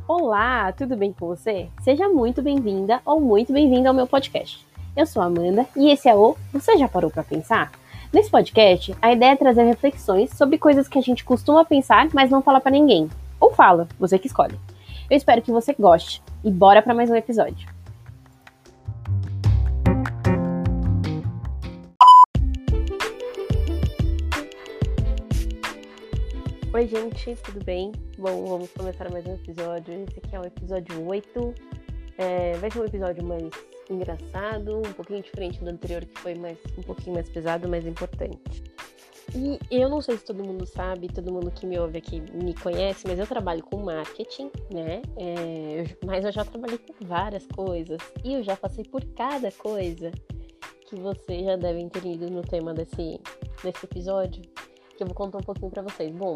Olá, tudo bem com você? Seja muito bem-vinda ou muito bem-vindo ao meu podcast. Eu sou a Amanda e esse é o Você Já Parou Pra Pensar? Nesse podcast, a ideia é trazer reflexões sobre coisas que a gente costuma pensar, mas não fala pra ninguém. Ou fala, você que escolhe. Eu espero que você goste e bora pra mais um episódio. Oi, gente, tudo bem? Bom, vamos começar mais um episódio. Esse aqui é o episódio 8. Vai ser um episódio mais engraçado, um pouquinho diferente do anterior, que foi um pouquinho mais pesado, mas importante. E eu não sei se todo mundo sabe, todo mundo que me ouve aqui me conhece, mas eu trabalho com marketing, né? Mas eu já trabalhei com várias coisas e eu já passei por cada coisa que vocês já devem ter lido no tema desse episódio, que eu vou contar um pouquinho pra vocês. Bom,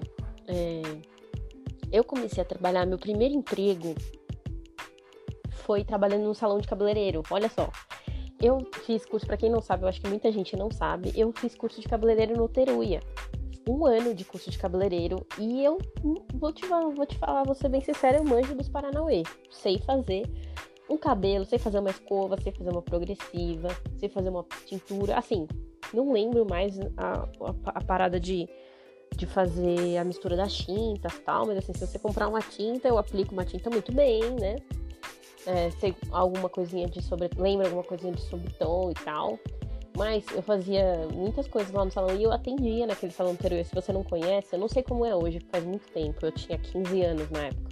eu comecei a trabalhar, meu primeiro emprego foi trabalhando num salão de cabeleireiro. Olha só, eu fiz curso, pra quem não sabe, eu acho que muita gente não sabe, eu fiz curso de cabeleireiro no Teruia. 1 ano de curso de cabeleireiro e eu vou te falar, vou ser bem sincera, eu manjo dos Paranauê. Sei fazer um cabelo, sei fazer uma escova, sei fazer uma progressiva, sei fazer uma tintura, assim, não lembro mais a parada de fazer a mistura das tintas e tal, mas assim, se você comprar uma tinta, eu aplico uma tinta muito bem, né? Sei alguma coisinha lembra alguma coisinha de subtom e tal, mas eu fazia muitas coisas lá no salão e eu atendia naquele salão anterior. Se você não conhece, eu não sei como é hoje, faz muito tempo, eu tinha 15 anos na época.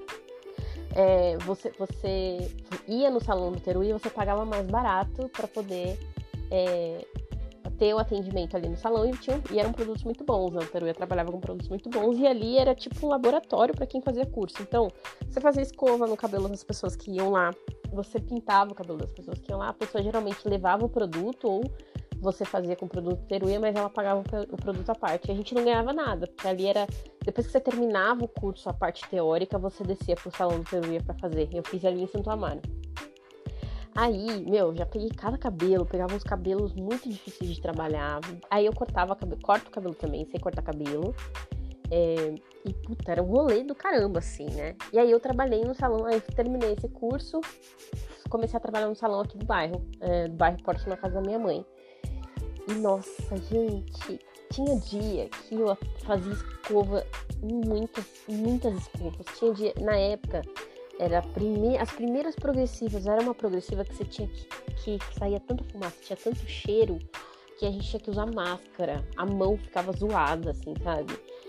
Você ia no salão do Teruí e você pagava mais barato para poder ter o atendimento ali no salão e eram produtos muito bons, né? O Teruí trabalhava com produtos muito bons e ali era tipo um laboratório para quem fazia curso. Então, você fazia escova no cabelo das pessoas que iam lá, você pintava o cabelo das pessoas que iam lá, a pessoa geralmente levava o produto ou você fazia com o produto Teruí, mas ela pagava o produto à parte. E a gente não ganhava nada, porque ali era... Depois que você terminava o curso, a parte teórica, você descia pro salão do Teruí para fazer. Eu fiz ali em Santo Amaro. Aí, já peguei cada cabelo, pegava uns cabelos muito difíceis de trabalhar. Aí eu corto o cabelo também, sei cortar cabelo. E, puta, era um rolê do caramba, assim, né? E aí eu trabalhei no salão, aí terminei esse curso, comecei a trabalhar no salão aqui do bairro Porto, na casa da minha mãe. E, nossa, gente, tinha dia que eu fazia escova, muitas escovas. Tinha dia, na época... as primeiras progressivas, era uma progressiva que você tinha que saía tanta fumaça, tinha tanto cheiro, que a gente tinha que usar máscara, a mão ficava zoada, assim, sabe?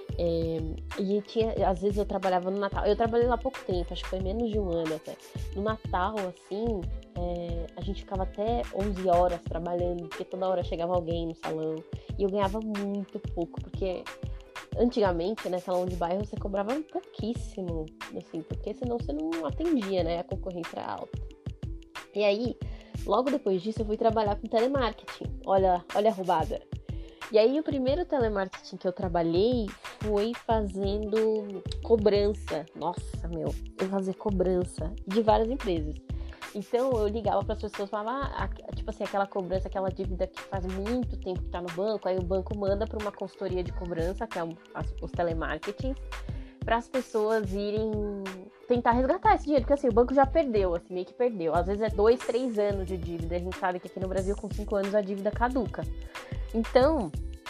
Às vezes eu trabalhava no Natal, eu trabalhei lá há pouco tempo, acho que foi menos de 1 ano até. No Natal, assim, a gente ficava até 11 horas trabalhando, porque toda hora chegava alguém no salão, e eu ganhava muito pouco, porque... Antigamente, né, salão de bairro, você cobrava pouquíssimo, assim, porque senão você não atendia, né, a concorrência era alta. E aí, logo depois disso, eu fui trabalhar com telemarketing. Olha a roubada. E aí, o primeiro telemarketing que eu trabalhei foi fazendo cobrança. Nossa, eu fazia cobrança de várias empresas. Então, eu ligava para as pessoas e falava, tipo assim, aquela cobrança, aquela dívida que faz muito tempo que tá no banco, aí o banco manda para uma consultoria de cobrança, que é os telemarketing, para as pessoas irem tentar resgatar esse dinheiro, porque assim, o banco já perdeu, assim, meio que perdeu. Às vezes é 2, 3 anos de dívida, a gente sabe que aqui no Brasil, com 5 anos, a dívida caduca. Então,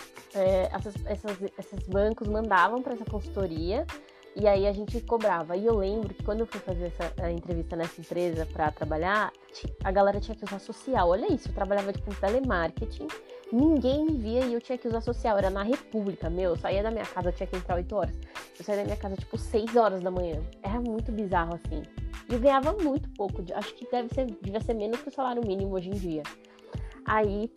esses bancos mandavam para essa consultoria, e aí a gente cobrava. E eu lembro que quando eu fui fazer essa entrevista nessa empresa pra trabalhar, a galera tinha que usar social. Olha isso, eu trabalhava com telemarketing, ninguém me via e eu tinha que usar social. Era na República, eu saía da minha casa, eu tinha que entrar 8 horas. Eu saía da minha casa, 6 horas da manhã. Era muito bizarro, assim. E eu ganhava muito pouco, acho que devia ser menos que o salário mínimo hoje em dia. Aí...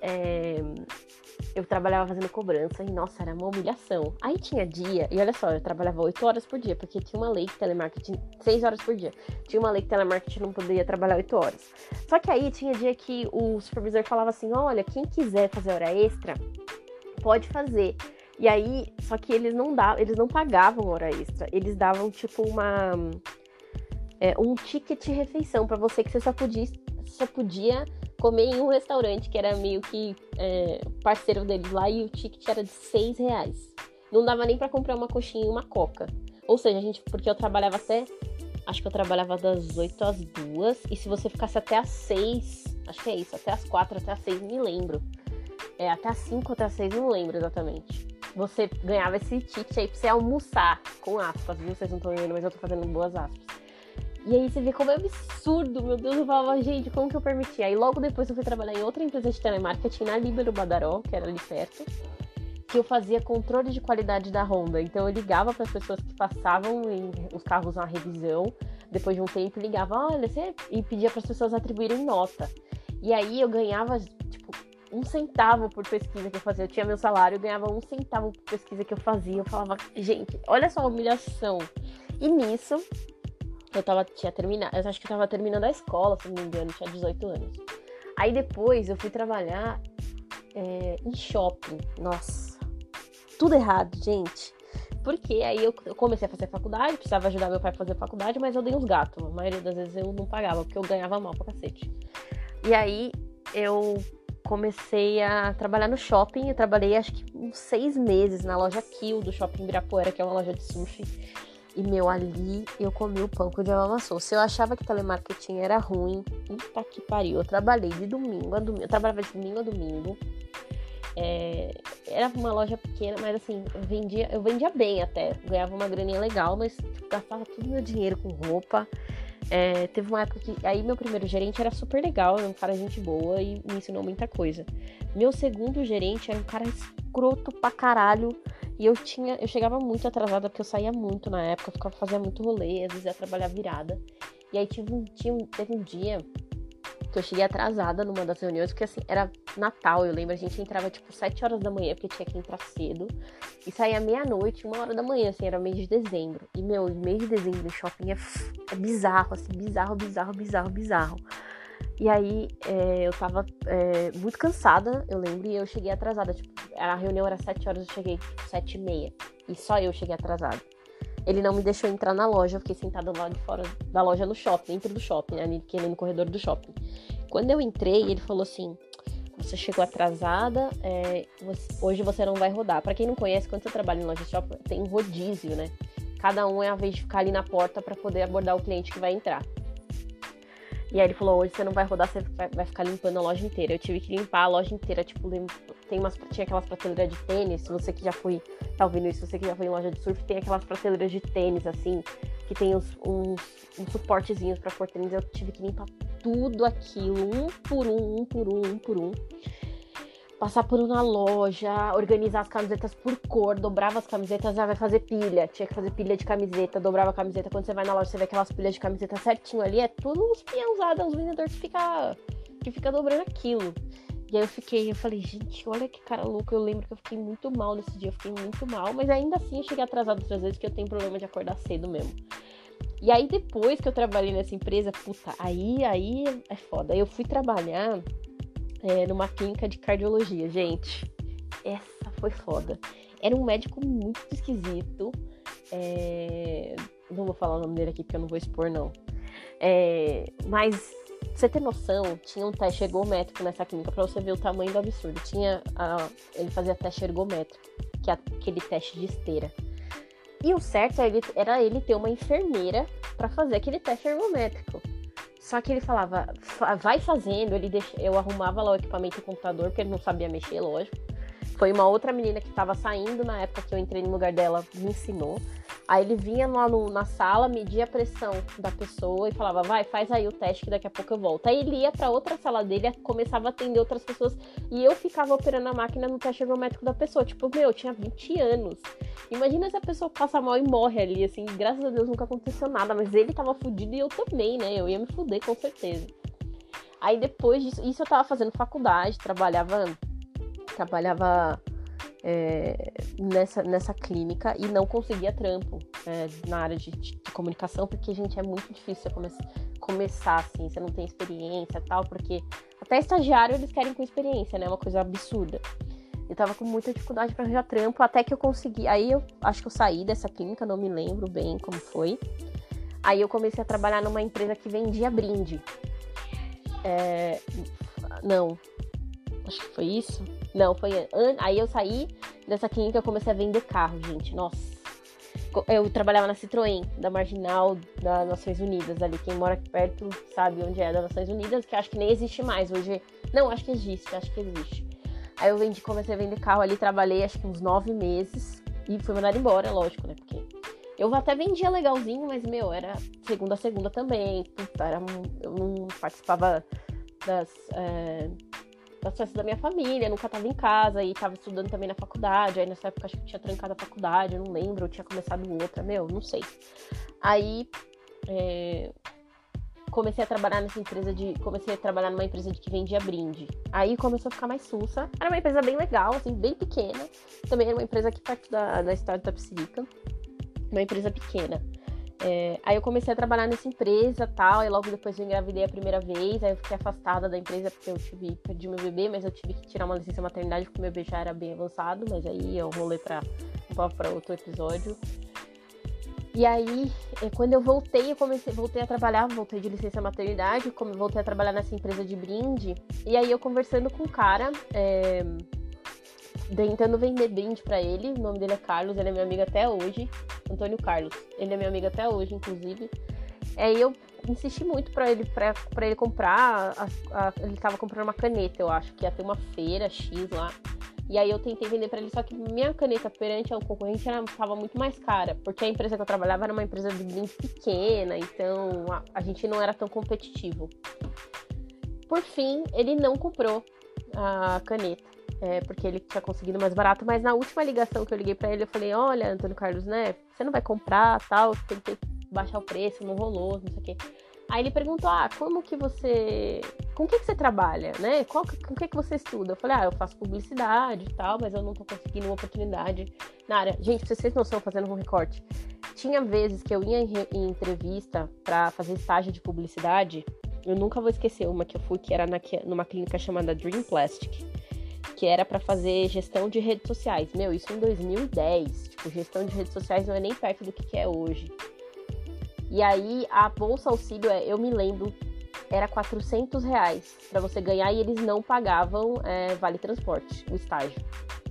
eu trabalhava fazendo cobrança e, nossa, era uma humilhação. Aí tinha dia, e olha só, eu trabalhava 8 horas por dia, porque tinha uma lei que telemarketing, 6 horas por dia. Tinha uma lei que telemarketing não poderia trabalhar 8 horas. Só que aí tinha dia que o supervisor falava assim, olha, quem quiser fazer hora extra, pode fazer. E aí, só que eles não pagavam hora extra, eles davam tipo um ticket de refeição pra você, que você só podia comer em um restaurante que era meio que parceiro deles lá, e o ticket era de R$6. Não dava nem pra comprar uma coxinha e uma coca. Ou seja, porque eu trabalhava até acho que eu trabalhava das 8 às 2. E se você ficasse até às 6, acho que é isso, até às 4, até às 6, me lembro. Até às 5, até às 6, não lembro exatamente. Você ganhava esse ticket aí pra você almoçar, com aspas, viu? Vocês não estão vendo, mas eu tô fazendo boas aspas. E aí você vê como é absurdo, meu Deus, eu falava, gente, como que eu permiti? Aí logo depois eu fui trabalhar em outra empresa de telemarketing na Líbero Badaró, que era ali perto, que eu fazia controle de qualidade da Honda. Então eu ligava para as pessoas que passavam os carros na revisão, depois de um tempo ligava, olha, e pedia para as pessoas atribuírem nota. E aí eu ganhava, tipo, 1 centavo por pesquisa que eu fazia. Eu tinha meu salário, eu ganhava 1 centavo por pesquisa que eu fazia. Eu falava, gente, olha só a humilhação. E nisso, tinha terminado, eu acho que eu tava terminando a escola, se não me engano, tinha 18 anos. Aí depois eu fui trabalhar em shopping. Nossa, tudo errado, gente. Porque aí eu comecei a fazer faculdade, precisava ajudar meu pai a fazer faculdade, mas eu dei uns gatos. A maioria das vezes eu não pagava, porque eu ganhava mal pra cacete. E aí eu comecei a trabalhar no shopping. Eu trabalhei acho que uns 6 meses na loja Kill do Shopping Ibirapuera, que é uma loja de sushi. E, meu, ali eu comi o pão que o diabo amassou. Se eu achava que telemarketing era ruim, puta que pariu. Eu trabalhei de domingo a domingo. Eu trabalhava de domingo a domingo. Era uma loja pequena, mas assim, eu vendia bem até. Ganhava uma graninha legal, mas gastava todo meu dinheiro com roupa. Teve uma época que... Aí meu primeiro gerente era super legal, era um cara gente boa e me ensinou muita coisa. Meu segundo gerente era um cara escroto pra caralho. E eu chegava muito atrasada, porque eu saía muito na época, fazia muito rolê, às vezes ia trabalhar virada. E aí teve um dia que eu cheguei atrasada numa das reuniões, porque assim, era Natal, eu lembro, a gente entrava tipo 7 horas da manhã, porque tinha que entrar cedo, e saía meia-noite, 1 hora da manhã, assim, era mês de dezembro. E, meu, mês de dezembro em shopping é bizarro, assim, bizarro. E aí, eu tava muito cansada, eu lembro, e eu cheguei atrasada, tipo, a reunião era 7 horas, eu cheguei, tipo, 7h30, e só eu cheguei atrasada. Ele não me deixou entrar na loja, eu fiquei sentada lá de fora da loja no shopping, dentro do shopping, né, no corredor do shopping. Quando eu entrei, ele falou assim, você chegou atrasada, hoje você não vai rodar. Pra quem não conhece, quando você trabalha em loja de shopping, tem um rodízio, né? Cada um é a vez de ficar ali na porta pra poder abordar o cliente que vai entrar. E aí ele falou, hoje você não vai rodar, você vai ficar limpando a loja inteira. Eu tive que limpar a loja inteira, tipo, tinha aquelas prateleiras de tênis, se você que já foi, tá ouvindo isso, você que já foi em loja de surf, tem aquelas prateleiras de tênis, assim, que tem uns suportezinhos pra pôr tênis, eu tive que limpar tudo aquilo, um por um. Passar por uma loja, organizar as camisetas por cor, dobrava as camisetas, vai fazer pilha. Tinha que fazer pilha de camiseta, dobrava a camiseta. Quando você vai na loja, você vê aquelas pilhas de camiseta certinho ali. É tudo uns peãozados, uns vendedores que fica dobrando aquilo. E aí eu falei, gente, olha que cara louco. Eu lembro que eu fiquei muito mal nesse dia, mas ainda assim eu cheguei atrasado outras vezes, porque eu tenho problema de acordar cedo mesmo. E aí depois que eu trabalhei nessa empresa, puta, aí é foda. Eu fui trabalhar numa clínica de cardiologia, gente. Essa foi foda. Era um médico muito esquisito. Não vou falar o nome dele aqui porque eu não vou expor, não. Mas, pra você ter noção, tinha um teste ergométrico nessa clínica pra você ver o tamanho do absurdo. Ele fazia teste ergométrico, que é aquele teste de esteira. E o certo era ele ter uma enfermeira pra fazer aquele teste ergométrico. Só que ele falava, vai fazendo, eu arrumava lá o equipamento do computador, porque ele não sabia mexer, lógico. Foi uma outra menina que tava saindo na época que eu entrei no lugar dela, me ensinou. Aí ele vinha lá na sala, media a pressão da pessoa e falava, vai, faz aí o teste que daqui a pouco eu volto. Aí ele ia pra outra sala dele, começava a atender outras pessoas e eu ficava operando a máquina no teste ergométrico da pessoa. Tipo, eu tinha 20 anos. Imagina se a pessoa passa mal e morre ali, assim, graças a Deus nunca aconteceu nada, mas ele tava fudido e eu também, né? Eu ia me fuder, com certeza. Aí depois disso, eu tava fazendo faculdade, trabalhava nessa clínica e não conseguia trampo na área de comunicação, porque, gente, é muito difícil você começar assim, você não tem experiência e tal, porque até estagiário eles querem com experiência, né? É uma coisa absurda. Eu tava com muita dificuldade pra arranjar trampo, até que eu consegui. Aí eu acho que eu saí dessa clínica, não me lembro bem como foi. Aí eu comecei a trabalhar numa empresa que vendia brinde. Não, acho que foi isso. Não, foi. Aí eu saí dessa clínica e comecei a vender carro, gente. Nossa. Eu trabalhava na Citroën, da Marginal das Nações Unidas ali. Quem mora aqui perto sabe onde é, das Nações Unidas, que acho que nem existe mais hoje. Não, acho que existe. Aí eu comecei a vender carro ali, trabalhei acho que uns 9 meses e fui mandada embora, lógico, né? Porque eu até vendia legalzinho, mas, era segunda a segunda também. Eu não participava das festas da minha família, nunca tava em casa e tava estudando também na faculdade. Aí nessa época acho que tinha trancado a faculdade, eu não lembro, eu tinha começado outra, não sei. Aí comecei a trabalhar numa empresa que vendia brinde. Aí começou a ficar mais sussa. Era uma empresa bem legal, assim, bem pequena. Também era uma empresa aqui perto da cidade de Itapecerica. Uma empresa pequena. Aí eu comecei a trabalhar nessa empresa e tal, e logo depois eu engravidei a primeira vez, aí eu fiquei afastada da empresa porque eu perdi meu bebê, mas eu tive que tirar uma licença maternidade porque meu bebê já era bem avançado, mas aí eu rolei pra outro episódio. E aí, quando eu voltei, voltei a trabalhar, voltei de licença maternidade, voltei a trabalhar nessa empresa de brinde, e aí eu conversando com um cara, tentando vender brinde pra ele. O nome dele é Carlos, ele é meu amigo até hoje. Antônio Carlos, ele é meu amigo até hoje, inclusive. Aí eu insisti muito pra ele comprar. Ele tava comprando uma caneta, eu acho que ia ter uma feira X lá. E aí eu tentei vender pra ele, só que minha caneta perante ao concorrente tava muito mais cara, porque a empresa que eu trabalhava era uma empresa de brinde pequena, então a gente não era tão competitivo. Por fim, ele não comprou a caneta. Porque ele tinha conseguido mais barato, mas na última ligação que eu liguei pra ele, eu falei, olha, Antônio Carlos, né, você não vai comprar, tal, tentei baixar o preço, não rolou, não sei o quê. Aí ele perguntou, com que você trabalha, né, com que você estuda? Eu falei, eu faço publicidade e tal, mas eu não tô conseguindo uma oportunidade na área. Gente, pra vocês não estão fazendo um recorte, tinha vezes que eu ia em entrevista pra fazer estágio de publicidade, eu nunca vou esquecer uma que eu fui, que era numa clínica chamada Dream Plastic, que era pra fazer gestão de redes sociais. Isso em 2010. Gestão de redes sociais não é nem perto do que é hoje. E aí, a bolsa auxílio, eu me lembro, era R$400 pra você ganhar e eles não pagavam vale transporte, o estágio.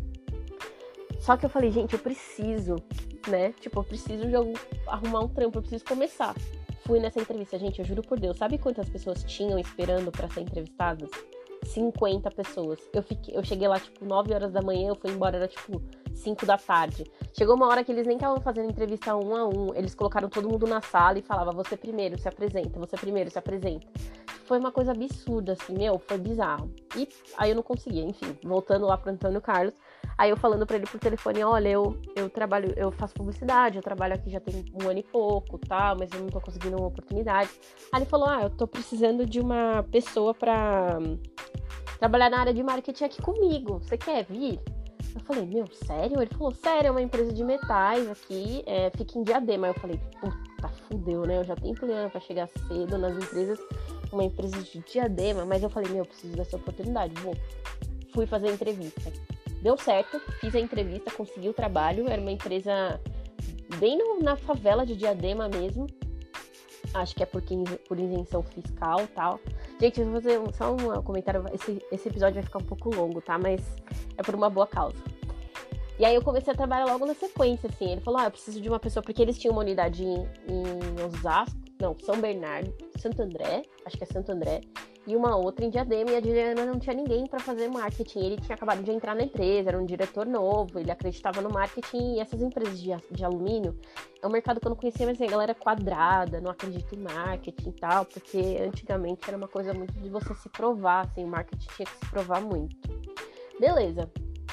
Só que eu falei, gente, eu preciso, né? Eu preciso arrumar um trampo, eu preciso começar. Fui nessa entrevista, gente, eu juro por Deus. Sabe quantas pessoas tinham esperando pra ser entrevistadas? 50 pessoas. Eu cheguei lá, 9 horas da manhã, eu fui embora, era 5 da tarde. Chegou uma hora que eles nem estavam fazendo entrevista um a um, eles colocaram todo mundo na sala e falavam, você primeiro se apresenta, você primeiro se apresenta. Foi uma coisa absurda, assim, foi bizarro. E aí eu não conseguia, enfim, voltando lá pro Antônio Carlos, aí eu falando pra ele por telefone, olha, eu faço publicidade, eu trabalho aqui já tem 1 ano e pouco, tal, mas eu não tô conseguindo uma oportunidade. Aí ele falou, eu tô precisando de uma pessoa pra trabalhar na área de marketing aqui comigo, você quer vir? Eu falei, sério? Ele falou, sério, é uma empresa de metais aqui, fica em Diadema. Aí eu falei, puta, fudeu, né? Eu já tenho plano pra chegar cedo nas empresas, uma empresa de Diadema, mas eu falei, eu preciso dessa oportunidade, fui fazer a entrevista. Deu certo, fiz a entrevista, consegui o trabalho, era uma empresa bem na favela de Diadema mesmo, acho que é por isenção fiscal e tal. Gente, eu vou fazer só um comentário, esse episódio vai ficar um pouco longo, tá? Mas é por uma boa causa. E aí eu comecei a trabalhar logo na sequência, assim. Ele falou, eu preciso de uma pessoa, porque eles tinham uma unidade em Osasco, São Bernardo, Santo André, acho que é Santo André, e uma outra em Diadema, e a Diadema não tinha ninguém pra fazer marketing. Ele tinha acabado de entrar na empresa, era um diretor novo, ele acreditava no marketing, e essas empresas de alumínio é um mercado que eu não conhecia, mas a galera quadrada, não acredita em marketing e tal, porque antigamente era uma coisa muito de você se provar, assim, o marketing tinha que se provar muito. Beleza.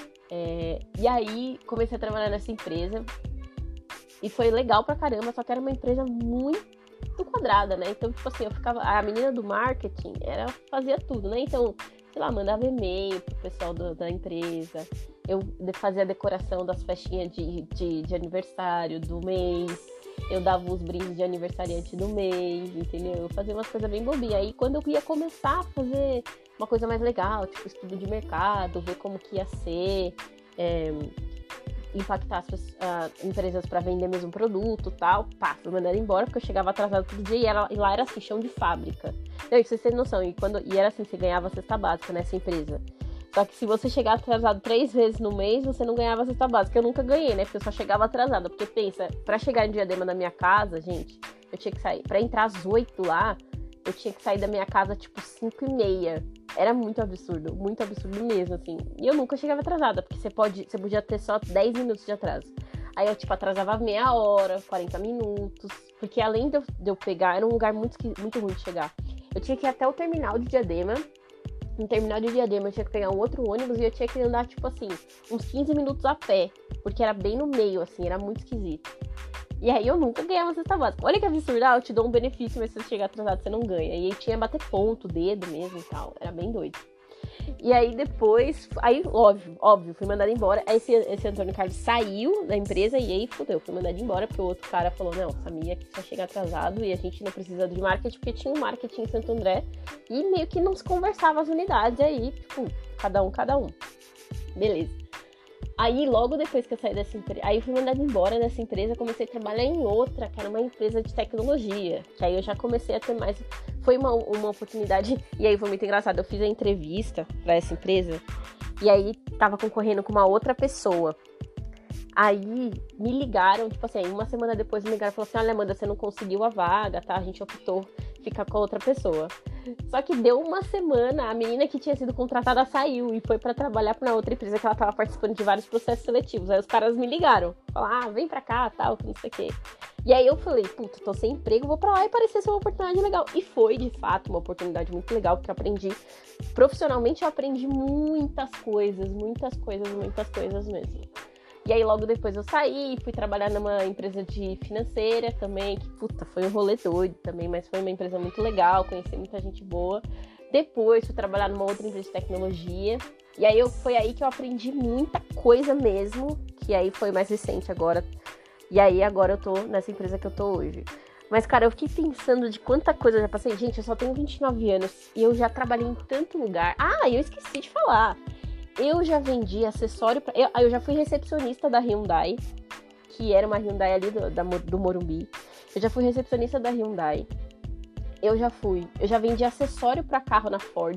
E aí comecei a trabalhar nessa empresa, e foi legal pra caramba, só que era uma empresa muito quadrada, né? Então, a menina do marketing fazia tudo, né? Então, sei lá, mandava e-mail pro pessoal da empresa, eu fazia a decoração das festinhas de aniversário do mês, eu dava os brindes de aniversariante do mês, entendeu? Eu fazia umas coisas bem bobinhas. Aí, quando eu ia começar a fazer uma coisa mais legal, estudo de mercado, ver como que ia ser, impactar as empresas para vender mesmo produto e tal, fui mandada embora, porque eu chegava atrasada todo dia e lá era assim, chão de fábrica. Não, isso vocês têm noção, e era assim, você ganhava a cesta básica nessa empresa. Só que se você chegar atrasado 3 vezes no mês, você não ganhava a cesta básica. Eu nunca ganhei, né? Porque eu só chegava atrasada. Porque pensa, pra chegar em Diadema da minha casa, gente, eu tinha que sair. Pra entrar às 8 lá, eu tinha que sair da minha casa, tipo, 5h30. Era muito absurdo mesmo, assim. E eu nunca chegava atrasada, porque você podia ter só 10 minutos de atraso. Aí eu, tipo, atrasava meia hora, 40 minutos. Porque além de eu pegar, era um lugar muito ruim de chegar. Eu tinha que ir até o terminal de Diadema. No terminal de Diadema eu tinha que pegar um outro ônibus e eu tinha que andar, tipo assim, uns 15 minutos a pé. Porque era bem no meio, assim, era muito esquisito. E aí eu nunca ganhava cesta básica. Olha que absurdo, eu te dou um benefício, mas se você chegar atrasado você não ganha. E aí tinha bater ponto, dedo mesmo e tal. Era bem doido. E aí depois, óbvio, fui mandada embora. Aí esse Antônio Carlos saiu da empresa e aí fudeu, fui mandada embora porque o outro cara falou, não, Samir aqui só chega atrasado e a gente não precisa de marketing, porque tinha um marketing em Santo André e meio que não se conversava as unidades, aí, tipo, cada um. Beleza. Aí, logo depois que eu saí dessa empresa, aí eu fui mandada embora dessa empresa, comecei a trabalhar em outra, que era uma empresa de tecnologia, que aí eu já comecei a ter mais, foi uma oportunidade, e aí foi muito engraçado, eu fiz a entrevista pra essa empresa, e aí tava concorrendo com uma outra pessoa. Aí me ligaram, tipo assim, uma semana depois me ligaram e falaram assim, olha, Amanda, você não conseguiu a vaga, tá? A gente optou ficar com a outra pessoa. Só que deu uma semana, a menina que tinha sido contratada saiu e foi pra trabalhar pra outra empresa que ela tava participando de vários processos seletivos. Aí os caras me ligaram, falaram, vem pra cá, tal, que não sei o quê. E aí eu falei, puta, tô sem emprego, vou pra lá e parecia ser uma oportunidade legal. E foi, de fato, uma oportunidade muito legal, porque eu aprendi, profissionalmente eu aprendi muitas coisas mesmo. E aí logo depois eu saí, fui trabalhar numa empresa de financeira também, que puta, foi um rolê doido também, mas foi uma empresa muito legal, conheci muita gente boa. Depois fui trabalhar numa outra empresa de tecnologia, e aí foi aí que eu aprendi muita coisa mesmo, que aí foi mais recente agora. E aí agora eu tô nessa empresa que eu tô hoje. Mas, cara, eu fiquei pensando de quanta coisa eu já passei. Gente, eu só tenho 29 anos e eu já trabalhei em tanto lugar. Ah, eu esqueci de falar. Eu já vendi acessório pra... Eu já fui recepcionista da Hyundai, que era uma Hyundai ali do Morumbi. Eu já fui recepcionista da Hyundai. Eu já vendi acessório pra carro na Ford.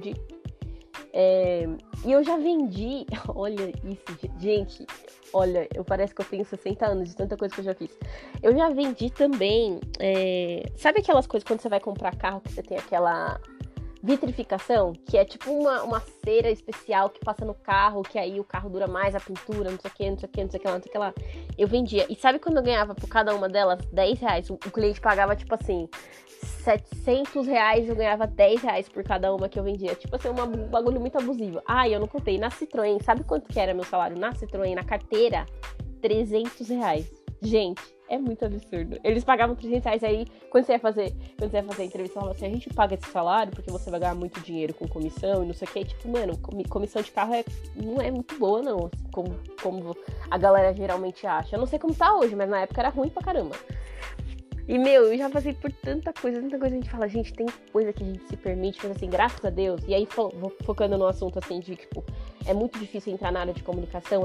E eu já vendi... Olha isso, gente. Olha, parece que eu tenho 60 anos de tanta coisa que eu já fiz. Eu já vendi também... Sabe aquelas coisas quando você vai comprar carro que você tem aquela... vitrificação, que é tipo uma cera especial que passa no carro, que aí o carro dura mais, a pintura, não sei o que lá. Eu vendia. E sabe quando eu ganhava por cada uma delas R$10? O cliente pagava, tipo assim, R$700, eu ganhava R$10 por cada uma que eu vendia. Tipo assim, um bagulho muito abusivo. Ah, eu não contei. Na Citroën, sabe quanto que era meu salário? Na Citroën, na carteira, R$300. Gente, é muito absurdo. Eles pagavam R$300, aí quando você ia fazer a entrevista, falava assim, a gente paga esse salário porque você vai ganhar muito dinheiro com comissão e não sei o que. Tipo, mano, comissão de carro não é muito boa, não, assim, como a galera geralmente acha. Eu não sei como tá hoje, mas na época era ruim pra caramba. E, eu já passei por tanta coisa a gente fala, gente, tem coisa que a gente se permite, mas assim, graças a Deus. E aí, focando no assunto, assim, de, tipo, é muito difícil entrar na área de comunicação,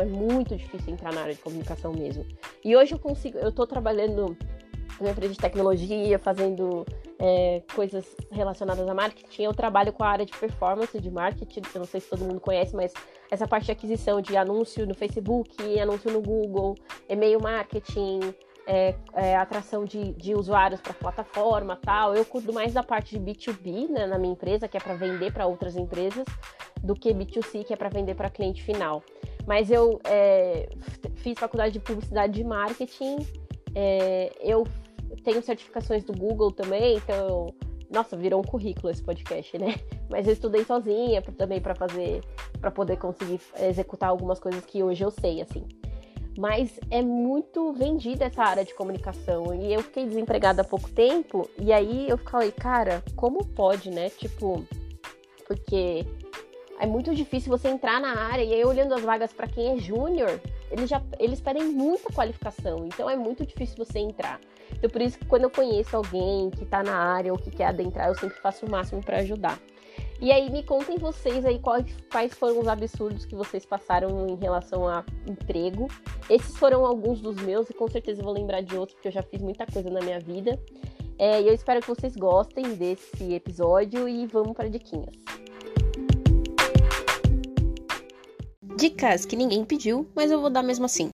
mesmo. E hoje eu tô trabalhando numa empresa de tecnologia, fazendo coisas relacionadas a marketing. Eu trabalho com a área de performance de marketing, eu não sei se todo mundo conhece, mas essa parte de aquisição de anúncio no Facebook, anúncio no Google, e-mail marketing, atração de usuários para a plataforma, tal. Eu cuido mais da parte de B2B, né, na minha empresa, que é para vender para outras empresas, do que B2C, que é para vender para cliente final. Mas eu fiz faculdade de publicidade de marketing, eu tenho certificações do Google também, então, nossa, virou um currículo esse podcast, né? Mas eu estudei sozinha também para poder conseguir executar algumas coisas que hoje eu sei, assim. Mas é muito vendida essa área de comunicação. E eu fiquei desempregada há pouco tempo. E aí eu falei, cara, como pode, né? Tipo, porque é muito difícil você entrar na área. E aí, olhando as vagas para quem é júnior, eles pedem muita qualificação. Então é muito difícil você entrar. Então por isso que quando eu conheço alguém que tá na área ou que quer adentrar, eu sempre faço o máximo para ajudar. E aí, me contem vocês aí quais foram os absurdos que vocês passaram em relação a emprego. Esses foram alguns dos meus e com certeza eu vou lembrar de outros, porque eu já fiz muita coisa na minha vida. E eu espero que vocês gostem desse episódio e vamos para diquinhas. Dicas que ninguém pediu, mas eu vou dar mesmo assim.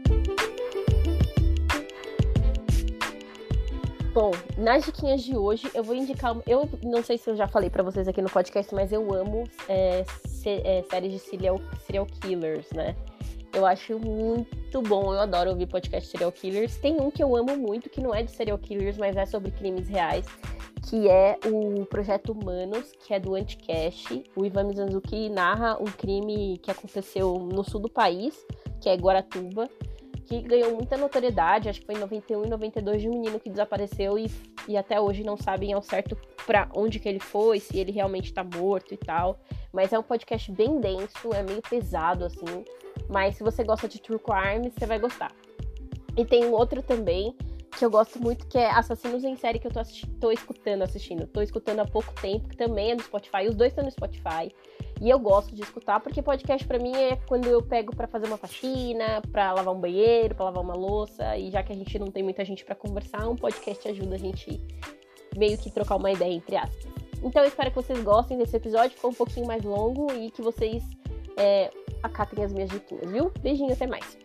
Bom, nas diquinhas de hoje, eu vou indicar... Eu não sei se eu já falei pra vocês aqui no podcast, mas eu amo séries de serial killers, né? Eu acho muito bom, eu adoro ouvir podcast de serial killers. Tem um que eu amo muito, que não é de serial killers, mas é sobre crimes reais, que é o Projeto Humanos, que é do Anticast. O Ivan Mizanzuki narra um crime que aconteceu no sul do país, que é Guaratuba, que ganhou muita notoriedade, acho que foi em 91 e 92, de um menino que desapareceu e até hoje não sabem ao certo pra onde que ele foi, se ele realmente tá morto e tal. Mas é um podcast bem denso, é meio pesado, assim. Mas se você gosta de True Crime, você vai gostar. E tem um outro também, que eu gosto muito, que é Assassinos em Série, que eu tô assistindo. Tô escutando há pouco tempo, que também é no Spotify. Os dois estão no Spotify. E eu gosto de escutar, porque podcast pra mim é quando eu pego pra fazer uma faxina, pra lavar um banheiro, pra lavar uma louça. E já que a gente não tem muita gente pra conversar, um podcast ajuda a gente meio que trocar uma ideia, entre aspas. Então eu espero que vocês gostem desse episódio. Ficou um pouquinho mais longo e que vocês acatem as minhas diquinhas, viu? Beijinho, até mais.